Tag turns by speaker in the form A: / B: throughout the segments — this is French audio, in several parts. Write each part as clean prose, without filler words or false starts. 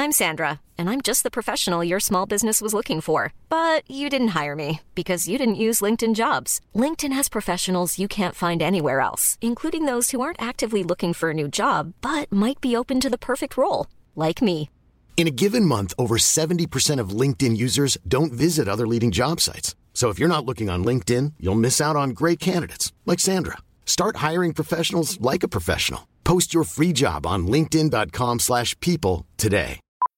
A: I'm Sandra, and I'm just the professional your small business was looking for. But you didn't hire me because you didn't use LinkedIn Jobs. LinkedIn has professionals you can't find anywhere else, including those who aren't actively looking for a new job, but might be open to the perfect role, like me.
B: In a given month, over 70% of LinkedIn users don't visit other leading job sites. So if you're not looking on LinkedIn, you'll miss out on great candidates like Sandra. Start hiring professionals like a professional. Post your free job on linkedin.com/people today.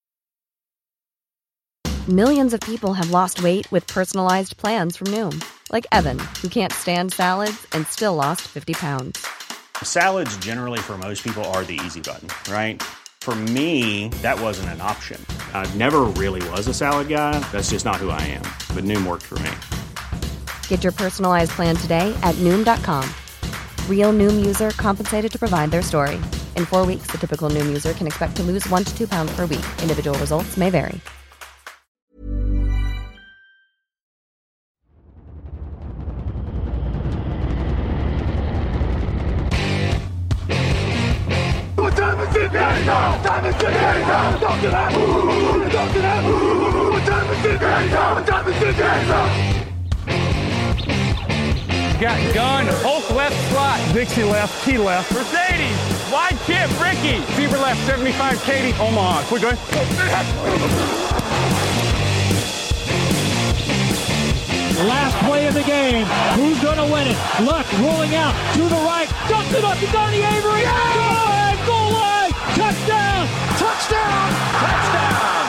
C: Millions of people have lost weight with personalized plans from Noom. Like Evan, who can't stand salads and still lost 50 pounds.
D: Salads generally for most people are the easy button, right? For me, that wasn't an option. I never really was a salad guy. That's just not who I am. But Noom worked for me.
C: Get your personalized plan today at Noom.com. Real Noom user compensated to provide their story. In 4 weeks, the typical Noom user can expect to lose 1 to 2 pounds per week. Individual results may vary.
E: Got gun, Hulk left slot, Dixie left, T left, Mercedes, wide chip, Ricky, Fever left, 75, Katie, Omaha. Quick going.
F: Last play of the game. Who's going to win it? Luck rolling out to the right. Dumps it up to Donnie Avery. Yeah! Goal line. Touchdown. Touchdown. Touchdown.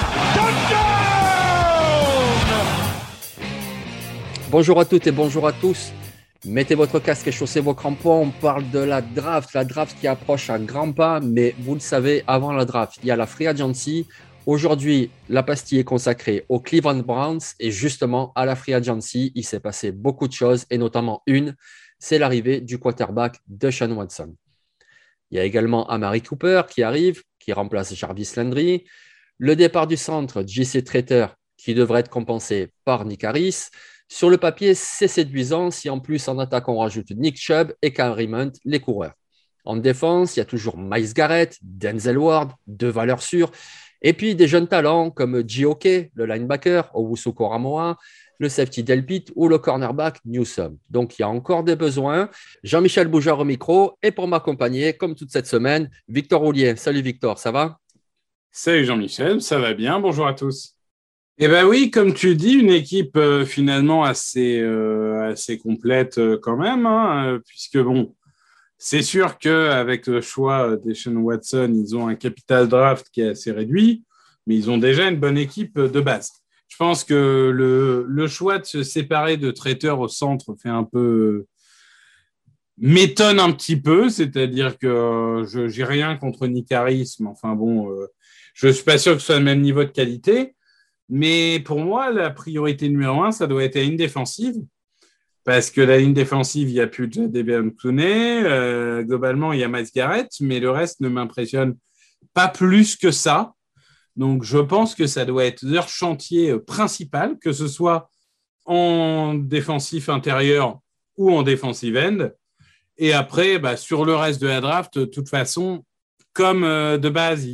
F: Touchdown.
G: Bonjour à toutes et bonjour à tous. Mettez votre casque et chaussez vos crampons. On parle de la draft qui approche à grands pas. Mais vous le savez, avant la draft, il y a la free agency. Aujourd'hui, la pastille est consacrée aux Cleveland Browns et justement à la free agency, il s'est passé beaucoup de choses et notamment c'est l'arrivée du quarterback Deshaun Watson. Il y a également Amari Cooper qui arrive, qui remplace Jarvis Landry, le départ du centre J.C. Tretter qui devrait être compensé par Nick Harris. Sur le papier, c'est séduisant si en plus en attaque on rajoute Nick Chubb et Kareem Hunt, les coureurs. En défense, il y a toujours Myles Garrett, Denzel Ward, deux valeurs sûres. Et puis des jeunes talents comme G.O.K., le linebacker, Owusu Koramoah, le safety Delpit ou le cornerback Newsome. Donc il y a encore des besoins. Jean-Michel Boujard au micro et pour m'accompagner, comme toute cette semaine, Victor Roulier. Salut Victor, ça va?
H: Salut Jean-Michel, ça va bien, bonjour à tous. Eh bien oui, comme tu dis, une équipe finalement assez complète quand même, hein, puisque bon, c'est sûr qu'avec le choix des Deshaun Watson, ils ont un capital draft qui est assez réduit, mais ils ont déjà une bonne équipe de base. Je pense que le choix de se séparer de Tretter au centre fait un peu m'étonne un petit peu, c'est-à-dire que je n'ai rien contre Nick Harris, mais enfin bon, je ne suis pas sûr que ce soit le même niveau de qualité. Mais pour moi, la priorité numéro 1, ça doit être la ligne défensive. Parce que la ligne défensive, il n'y a plus de Devin Clowney. Globalement, il y a Myles Garrett, mais le reste ne m'impressionne pas plus que ça. Donc, je pense que ça doit être leur chantier principal, que ce soit en défensif intérieur ou en defensive end. Et après, sur le reste de la draft, de toute façon, comme de base,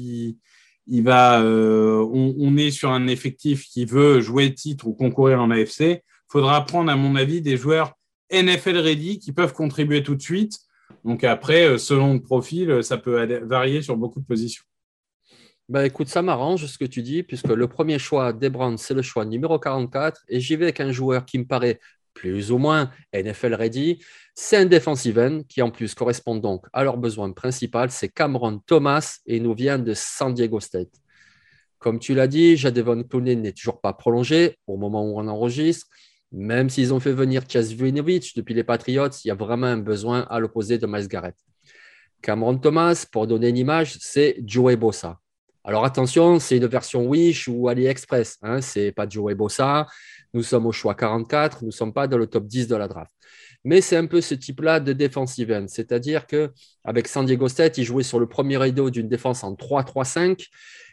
H: on est sur un effectif qui veut jouer le titre ou concourir en AFC. Il faudra prendre, à mon avis, des joueurs NFL ready qui peuvent contribuer tout de suite. Donc après, selon le profil, ça peut varier sur beaucoup de positions.
G: Écoute, ça m'arrange ce que tu dis, puisque le premier choix des Browns, c'est le choix numéro 44. Et j'y vais avec un joueur qui me paraît plus ou moins NFL ready. C'est un defensive end qui, en plus, correspond donc à leur besoin principal. C'est Cameron Thomas et il nous vient de San Diego State. Comme tu l'as dit, Jadeveon Clowney n'est toujours pas prolongé au moment où on enregistre. Même s'ils ont fait venir Chase Winovich depuis les Patriots, il y a vraiment un besoin à l'opposé de Myles Garrett. Cameron Thomas, pour donner une image, c'est Joey Bosa. Alors attention, c'est une version Wish ou AliExpress. Ce n'est pas Joey Bosa. Nous sommes au choix 44. Nous ne sommes pas dans le top 10 de la draft. Mais c'est un peu ce type-là de defensive end. C'est-à-dire qu'avec San Diego State, il jouait sur le premier rideau d'une défense en 3-3-5.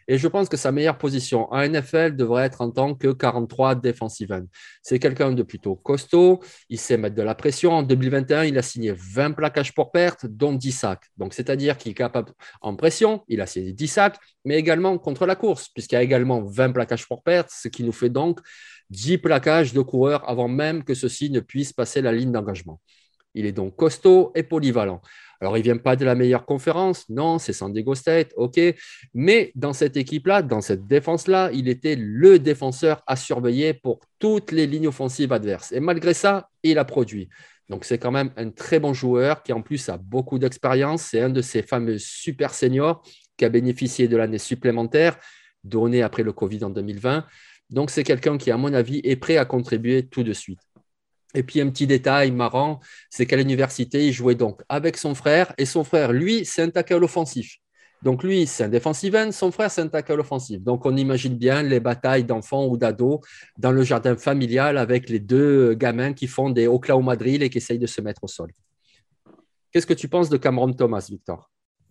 G: Et je pense que sa meilleure position en NFL devrait être en tant que 43 defensive end. C'est quelqu'un de plutôt costaud, il sait mettre de la pression. En 2021, il a signé 20 plaquages pour perte, dont 10 sacs. Donc, c'est-à-dire qu'il est capable en pression, il a signé 10 sacs, mais également contre la course, puisqu'il y a également 20 plaquages pour perte, ce qui nous fait donc 10 plaquages de coureurs avant même que ceux-ci ne puissent passer la ligne d'engagement. Il est donc costaud et polyvalent. Alors, il ne vient pas de la meilleure conférence, non, c'est San Diego State, ok. Mais dans cette équipe-là, dans cette défense-là, il était le défenseur à surveiller pour toutes les lignes offensives adverses. Et malgré ça, il a produit. Donc, c'est quand même un très bon joueur qui, en plus, a beaucoup d'expérience. C'est un de ces fameux super seniors qui a bénéficié de l'année supplémentaire donnée après le Covid en 2020. Donc, c'est quelqu'un qui, à mon avis, est prêt à contribuer tout de suite. Et puis, un petit détail marrant, c'est qu'à l'université, il jouait donc avec son frère. Et son frère, lui, c'est un tackle offensif. Donc, lui, c'est un defensive end. Son frère, c'est un tackle offensif. Donc, on imagine bien les batailles d'enfants ou d'ados dans le jardin familial avec les deux gamins qui font des Oklahoma drill et qui essayent de se mettre au sol. Qu'est-ce que tu penses de Cameron Thomas, Victor?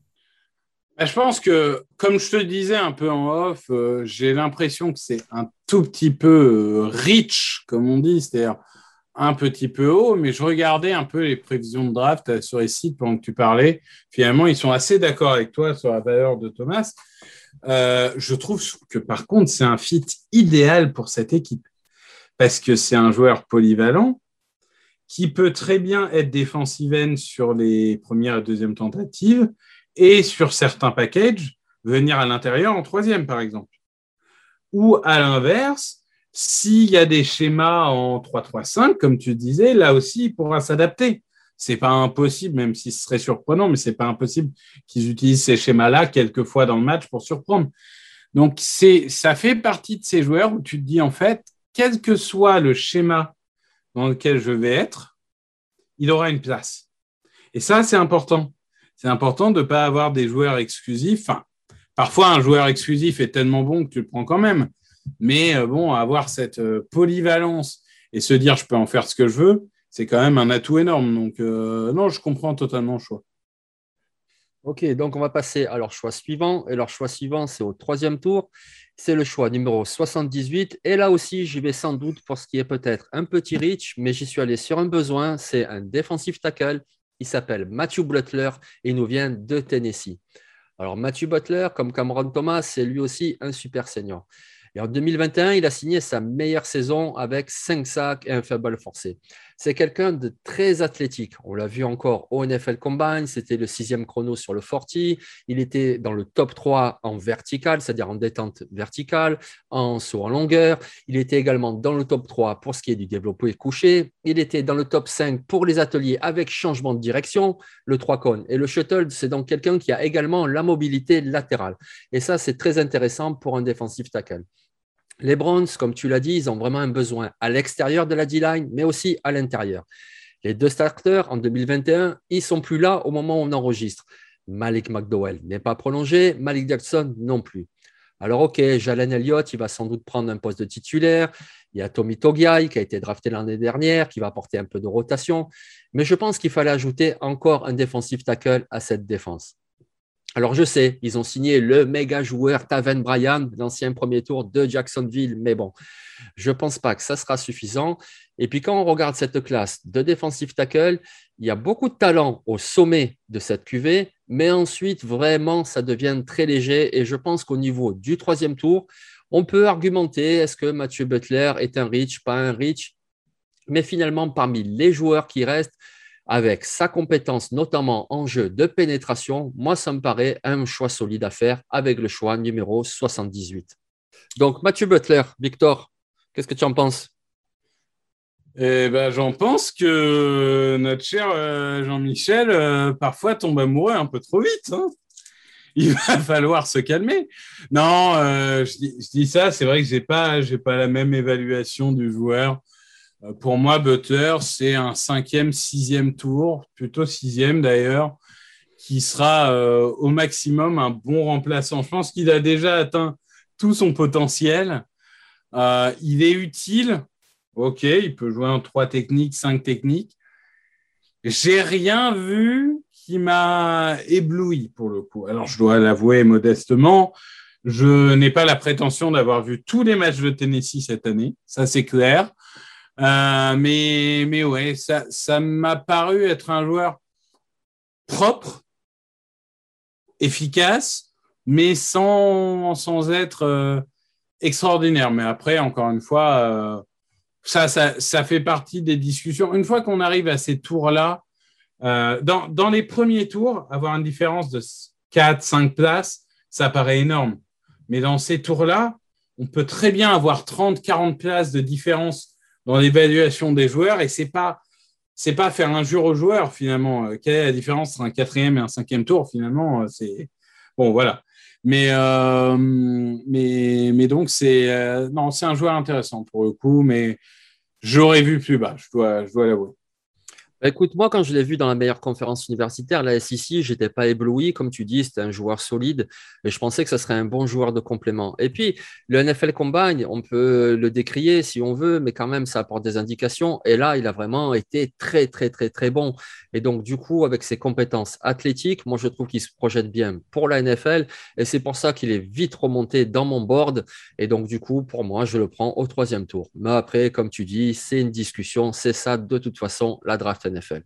H: Je pense que, comme je te disais un peu en off, j'ai l'impression que c'est un tout petit peu rich, comme on dit, c'est-à-dire un petit peu haut, mais je regardais un peu les prévisions de draft sur les sites pendant que tu parlais. Finalement, ils sont assez d'accord avec toi sur la valeur de Thomas. Je trouve que, par contre, c'est un fit idéal pour cette équipe parce que c'est un joueur polyvalent qui peut très bien être defensive end sur les premières et deuxièmes tentatives et sur certains packages, venir à l'intérieur en troisième, par exemple. Ou à l'inverse, s'il y a des schémas en 3-3-5, comme tu disais, là aussi, il pourra s'adapter. Ce n'est pas impossible, même si ce serait surprenant, mais ce n'est pas impossible qu'ils utilisent ces schémas-là quelques fois dans le match pour surprendre. Donc, ça fait partie de ces joueurs où tu te dis, en fait, quel que soit le schéma dans lequel je vais être, il aura une place. Et ça, c'est important. C'est important de ne pas avoir des joueurs exclusifs. Enfin, parfois, un joueur exclusif est tellement bon que tu le prends quand même. Mais bon, avoir cette polyvalence et se dire je peux en faire ce que je veux, c'est quand même un atout énorme. Donc, non, je comprends totalement le choix.
G: Ok, donc on va passer à leur choix suivant. Et leur choix suivant, c'est au 3e tour. C'est le choix numéro 78. Et là aussi, j'y vais sans doute pour ce qui est peut-être un petit reach, mais j'y suis allé sur un besoin. C'est un defensive tackle. Il s'appelle Matthew Butler et il nous vient de Tennessee. Alors, Matthew Butler, comme Cameron Thomas, c'est lui aussi un super senior. Et en 2021, il a signé sa meilleure saison avec 5 sacs et un fumble forcé. C'est quelqu'un de très athlétique. On l'a vu encore au NFL Combine, c'était le 6e chrono sur le 40. Il était dans le top 3 en vertical, c'est-à-dire en détente verticale, en saut en longueur. Il était également dans le top 3 pour ce qui est du développé couché. Il était dans le top 5 pour les ateliers avec changement de direction, le 3 cônes. Et le shuttle, c'est donc quelqu'un qui a également la mobilité latérale. Et ça, c'est très intéressant pour un defensive tackle. Les Browns, comme tu l'as dit, ils ont vraiment un besoin à l'extérieur de la D-line, mais aussi à l'intérieur. Les 2 starters en 2021, ils ne sont plus là au moment où on enregistre. Malik McDowell n'est pas prolongé, Malik Jackson non plus. Alors ok, Jalen Elliott, il va sans doute prendre un poste de titulaire. Il y a Tommy Togiai qui a été drafté l'année dernière, qui va apporter un peu de rotation. Mais je pense qu'il fallait ajouter encore un defensive tackle à cette défense. Alors, je sais, ils ont signé le méga joueur Taven Bryan, l'ancien premier tour de Jacksonville, mais bon, je ne pense pas que ça sera suffisant. Et puis, quand on regarde cette classe de defensive tackle, il y a beaucoup de talent au sommet de cette QV, mais ensuite, vraiment, ça devient très léger. Et je pense qu'au niveau du 3e tour, on peut argumenter, est-ce que Matthew Butler est un reach, pas un reach? Mais finalement, parmi les joueurs qui restent, avec sa compétence, notamment en jeu de pénétration, moi, ça me paraît un choix solide à faire avec le choix numéro 78. Donc, Matthew Butler, Victor, qu'est-ce que tu en penses?
H: J'en pense que notre cher Jean-Michel, parfois, tombe amoureux un peu trop vite. Hein. Il va falloir se calmer. Non, je dis ça, c'est vrai que j'ai pas la même évaluation du joueur. Pour moi, Butler, c'est un 5e, 6e tour, plutôt 6e d'ailleurs, qui sera au maximum un bon remplaçant. Je pense qu'il a déjà atteint tout son potentiel. Il est utile. Ok, il peut jouer en 3 techniques, 5 techniques. J'ai rien vu qui m'a ébloui pour le coup. Alors, je dois l'avouer modestement, Je n'ai pas la prétention d'avoir vu tous les matchs de Tennessee cette année, ça c'est clair. Mais ouais, ça m'a paru être un joueur propre, efficace, mais sans être extraordinaire. Mais après, encore une fois, ça fait partie des discussions. Une fois qu'on arrive à ces tours-là, dans les premiers tours, avoir une différence de 4-5 places, ça paraît énorme. Mais dans ces tours-là, on peut très bien avoir 30-40 places de différence dans l'évaluation des joueurs et c'est pas faire injure aux joueurs finalement. Quelle est la différence entre un 4e et un 5e tour finalement? C'est bon, voilà. Mais donc non, c'est un joueur intéressant pour le coup, mais j'aurais vu plus bas, je dois l'avouer.
G: Écoute, moi, quand je l'ai vu dans la meilleure conférence universitaire, la SEC, je n'étais pas ébloui. Comme tu dis, c'était un joueur solide et je pensais que ce serait un bon joueur de complément. Et puis, le NFL Combine, on peut le décrier si on veut, mais quand même, ça apporte des indications. Et là, il a vraiment été très, très, très, très bon. Et donc, du coup, avec ses compétences athlétiques, moi, je trouve qu'il se projette bien pour la NFL et c'est pour ça qu'il est vite remonté dans mon board. Et donc, du coup, pour moi, je le prends au 3e tour. Mais après, comme tu dis, c'est une discussion. C'est ça, de toute façon, la draft NFL.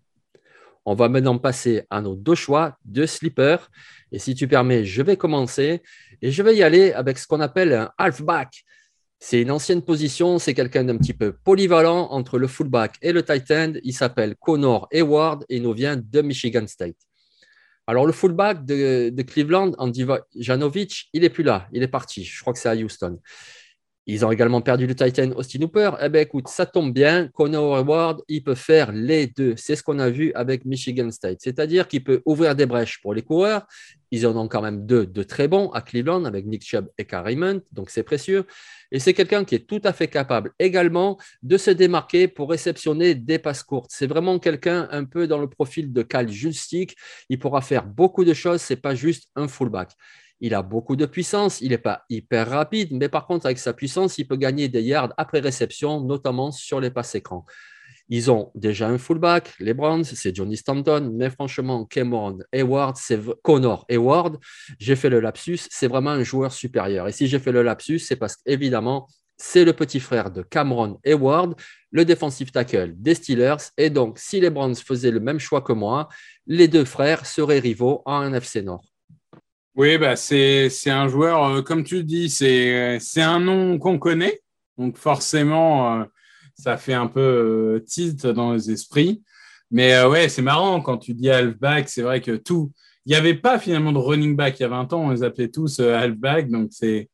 G: On va maintenant passer à nos 2 choix, 2 sleepers. Et si tu permets, je vais commencer et je vais y aller avec ce qu'on appelle un halfback. C'est une ancienne position, c'est quelqu'un d'un petit peu polyvalent entre le fullback et le tight end. Il s'appelle Connor Heyward et il nous vient de Michigan State. Alors, le fullback de Cleveland, Andy Janovich, il n'est plus là, il est parti. Je crois que c'est à Houston. Ils ont également perdu le Titan Austin Hooper. Eh bien, écoute, ça tombe bien. Connor Heyward, il peut faire les deux. C'est ce qu'on a vu avec Michigan State. C'est-à-dire qu'il peut ouvrir des brèches pour les coureurs. Ils en ont quand même 2 de très bons à Cleveland avec Nick Chubb et Raymond. Donc, c'est précieux. Et c'est quelqu'un qui est tout à fait capable également de se démarquer pour réceptionner des passes courtes. C'est vraiment quelqu'un un peu dans le profil de Kyle Juszczyk. Il pourra faire beaucoup de choses. Ce n'est pas juste un fullback. Il a beaucoup de puissance, il n'est pas hyper rapide, mais par contre, avec sa puissance, il peut gagner des yards après réception, notamment sur les passes écrans. Ils ont déjà un fullback, les Browns, c'est Johnny Stanton, mais franchement, Cameron Heyward, c'est Connor Heyward. J'ai fait le lapsus, c'est vraiment un joueur supérieur. Et si j'ai fait le lapsus, c'est parce qu'évidemment, c'est le petit frère de Cameron Heyward, le defensive tackle des Steelers. Et donc, si les Browns faisaient le même choix que moi, les 2 frères seraient rivaux en NFC Nord.
H: Oui, bah c'est un joueur, comme tu le dis, c'est un nom qu'on connaît. Donc forcément, ça fait un peu tilt dans les esprits. Mais ouais, c'est marrant quand tu dis halfback, c'est vrai que il n'y avait pas finalement de running back il y a 20 ans, on les appelait tous halfback. Donc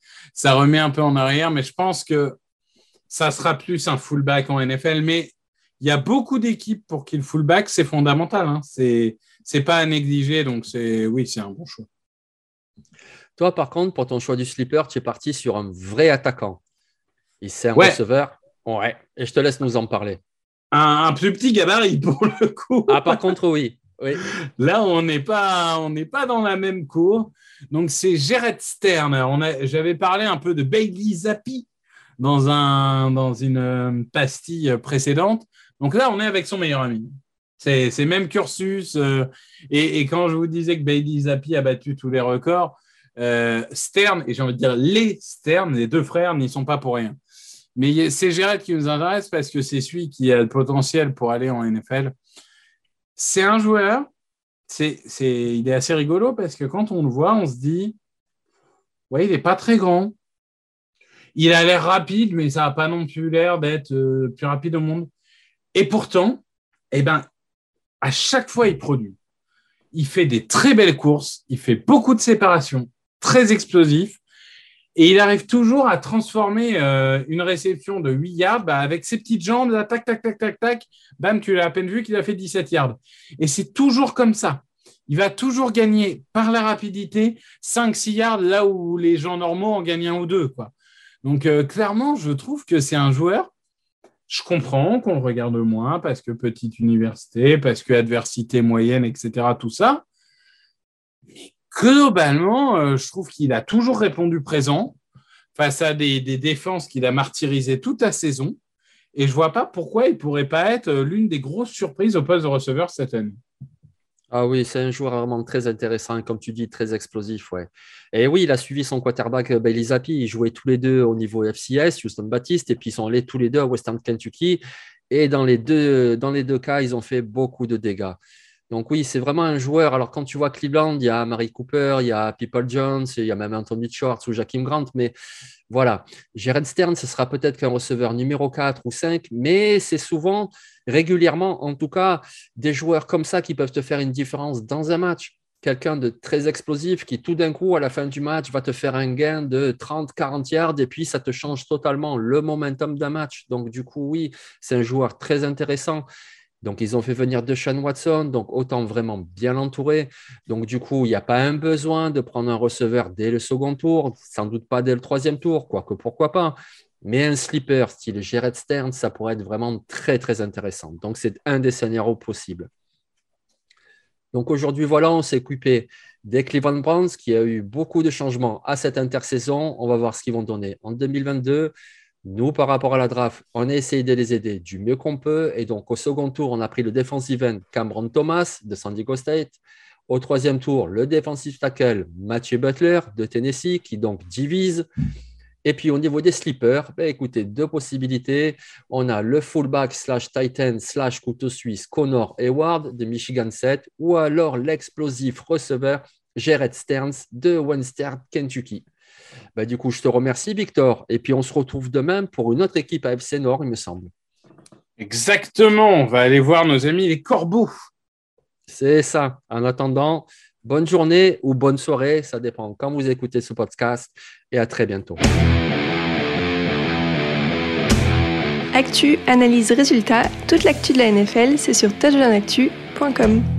H: ça remet un peu en arrière. Mais je pense que ça sera plus un fullback en NFL. Mais il y a beaucoup d'équipes pour qui le fullback, c'est fondamental. Hein. C'est pas à négliger. Donc c'est un bon choix.
G: Toi, par contre, pour ton choix du sleeper, tu es parti sur un vrai attaquant. C'est un receveur. Ouais. Et je te laisse nous en parler.
H: Un plus petit gabarit pour le coup.
G: Ah, par contre, oui.
H: Là, on n'est pas dans la même cour. Donc, c'est Jared Stern. J'avais parlé un peu de Bailey Zappi dans une pastille précédente. Donc là, on est avec son meilleur ami. C'est même cursus. Et quand je vous disais que Bailey Zappi a battu tous les records, Stern, et j'ai envie de dire les Stern, les 2 frères, n'y sont pas pour rien. Mais c'est Jared qui nous intéresse parce que c'est celui qui a le potentiel pour aller en NFL. C'est un joueur, il est assez rigolo parce que quand on le voit, on se dit ouais, il n'est pas très grand. Il a l'air rapide, mais ça n'a pas non plus l'air d'être le plus rapide au monde. Et pourtant, à chaque fois, il produit. Il fait des très belles courses, il fait beaucoup de séparation, très explosif, et il arrive toujours à transformer une réception de 8 yards avec ses petites jambes, là, tac, tac, tac, tac, tac, bam, tu l'as à peine vu qu'il a fait 17 yards. Et c'est toujours comme ça. Il va toujours gagner par la rapidité 5-6 yards là où les gens normaux en gagnent 1 ou 2, quoi. Donc, clairement, je trouve que c'est un joueur. Je comprends qu'on le regarde moins parce que petite université, parce que adversité moyenne, etc., tout ça. Mais globalement, je trouve qu'il a toujours répondu présent face à des défenses qu'il a martyrisées toute la saison. Et je ne vois pas pourquoi il ne pourrait pas être l'une des grosses surprises au poste de receveur cette année.
G: Ah oui, c'est un joueur vraiment très intéressant, comme tu dis, très explosif, ouais. Et oui, il a suivi son quarterback Bailey Zappi. Ils jouaient tous les deux au niveau FCS, Houston Baptiste, et puis ils sont allés tous les deux à Western Kentucky. Et dans les deux cas, ils ont fait beaucoup de dégâts. Donc oui, c'est vraiment un joueur. Alors quand tu vois Cleveland, il y a Amari Cooper, il y a People Jones, il y a même Anthony Schwartz ou Jakeem Grant, mais voilà. Jared Stern, ce sera peut-être qu'un receveur numéro 4 ou 5, mais c'est souvent, régulièrement, en tout cas, des joueurs comme ça qui peuvent te faire une différence dans un match. Quelqu'un de très explosif qui, tout d'un coup, à la fin du match, va te faire un gain de 30-40 yards et puis ça te change totalement le momentum d'un match. Donc, du coup, oui, c'est un joueur très intéressant. Donc, ils ont fait venir Deshaun Watson, donc autant vraiment bien l'entourer. Donc, du coup, il n'y a pas un besoin de prendre un receveur dès le second tour, sans doute pas dès le troisième tour, quoique pourquoi pas. Mais un sleeper style Jared Stern, ça pourrait être vraiment très, très intéressant. Donc, c'est un des scénarios possibles. Donc, aujourd'hui, voilà, on s'est occupé des Cleveland Browns qui a eu beaucoup de changements à cette intersaison. On va voir ce qu'ils vont donner en 2022. Nous, par rapport à la draft, on a essayé de les aider du mieux qu'on peut. Et donc, au second tour, on a pris le defensive end Cameron Thomas de San Diego State. Au troisième tour, le defensive tackle Matthew Butler de Tennessee, qui donc divise. Et puis, au niveau des sleepers, écoutez, deux possibilités. On a le fullback / tight end / couteau suisse Connor Hayward de Michigan 7 ou alors l'explosif receveur Jared Stearns de Western Kentucky. Du coup, je te remercie, Victor. Et puis, on se retrouve demain pour une autre équipe AFC Nord, il me semble.
H: Exactement. On va aller voir nos amis les Corbeaux.
G: C'est ça. En attendant, bonne journée ou bonne soirée. Ça dépend quand vous écoutez ce podcast. Et à très bientôt.
I: Actu, analyse, résultat. Toute l'actu de la NFL, c'est sur touchdownactu.com.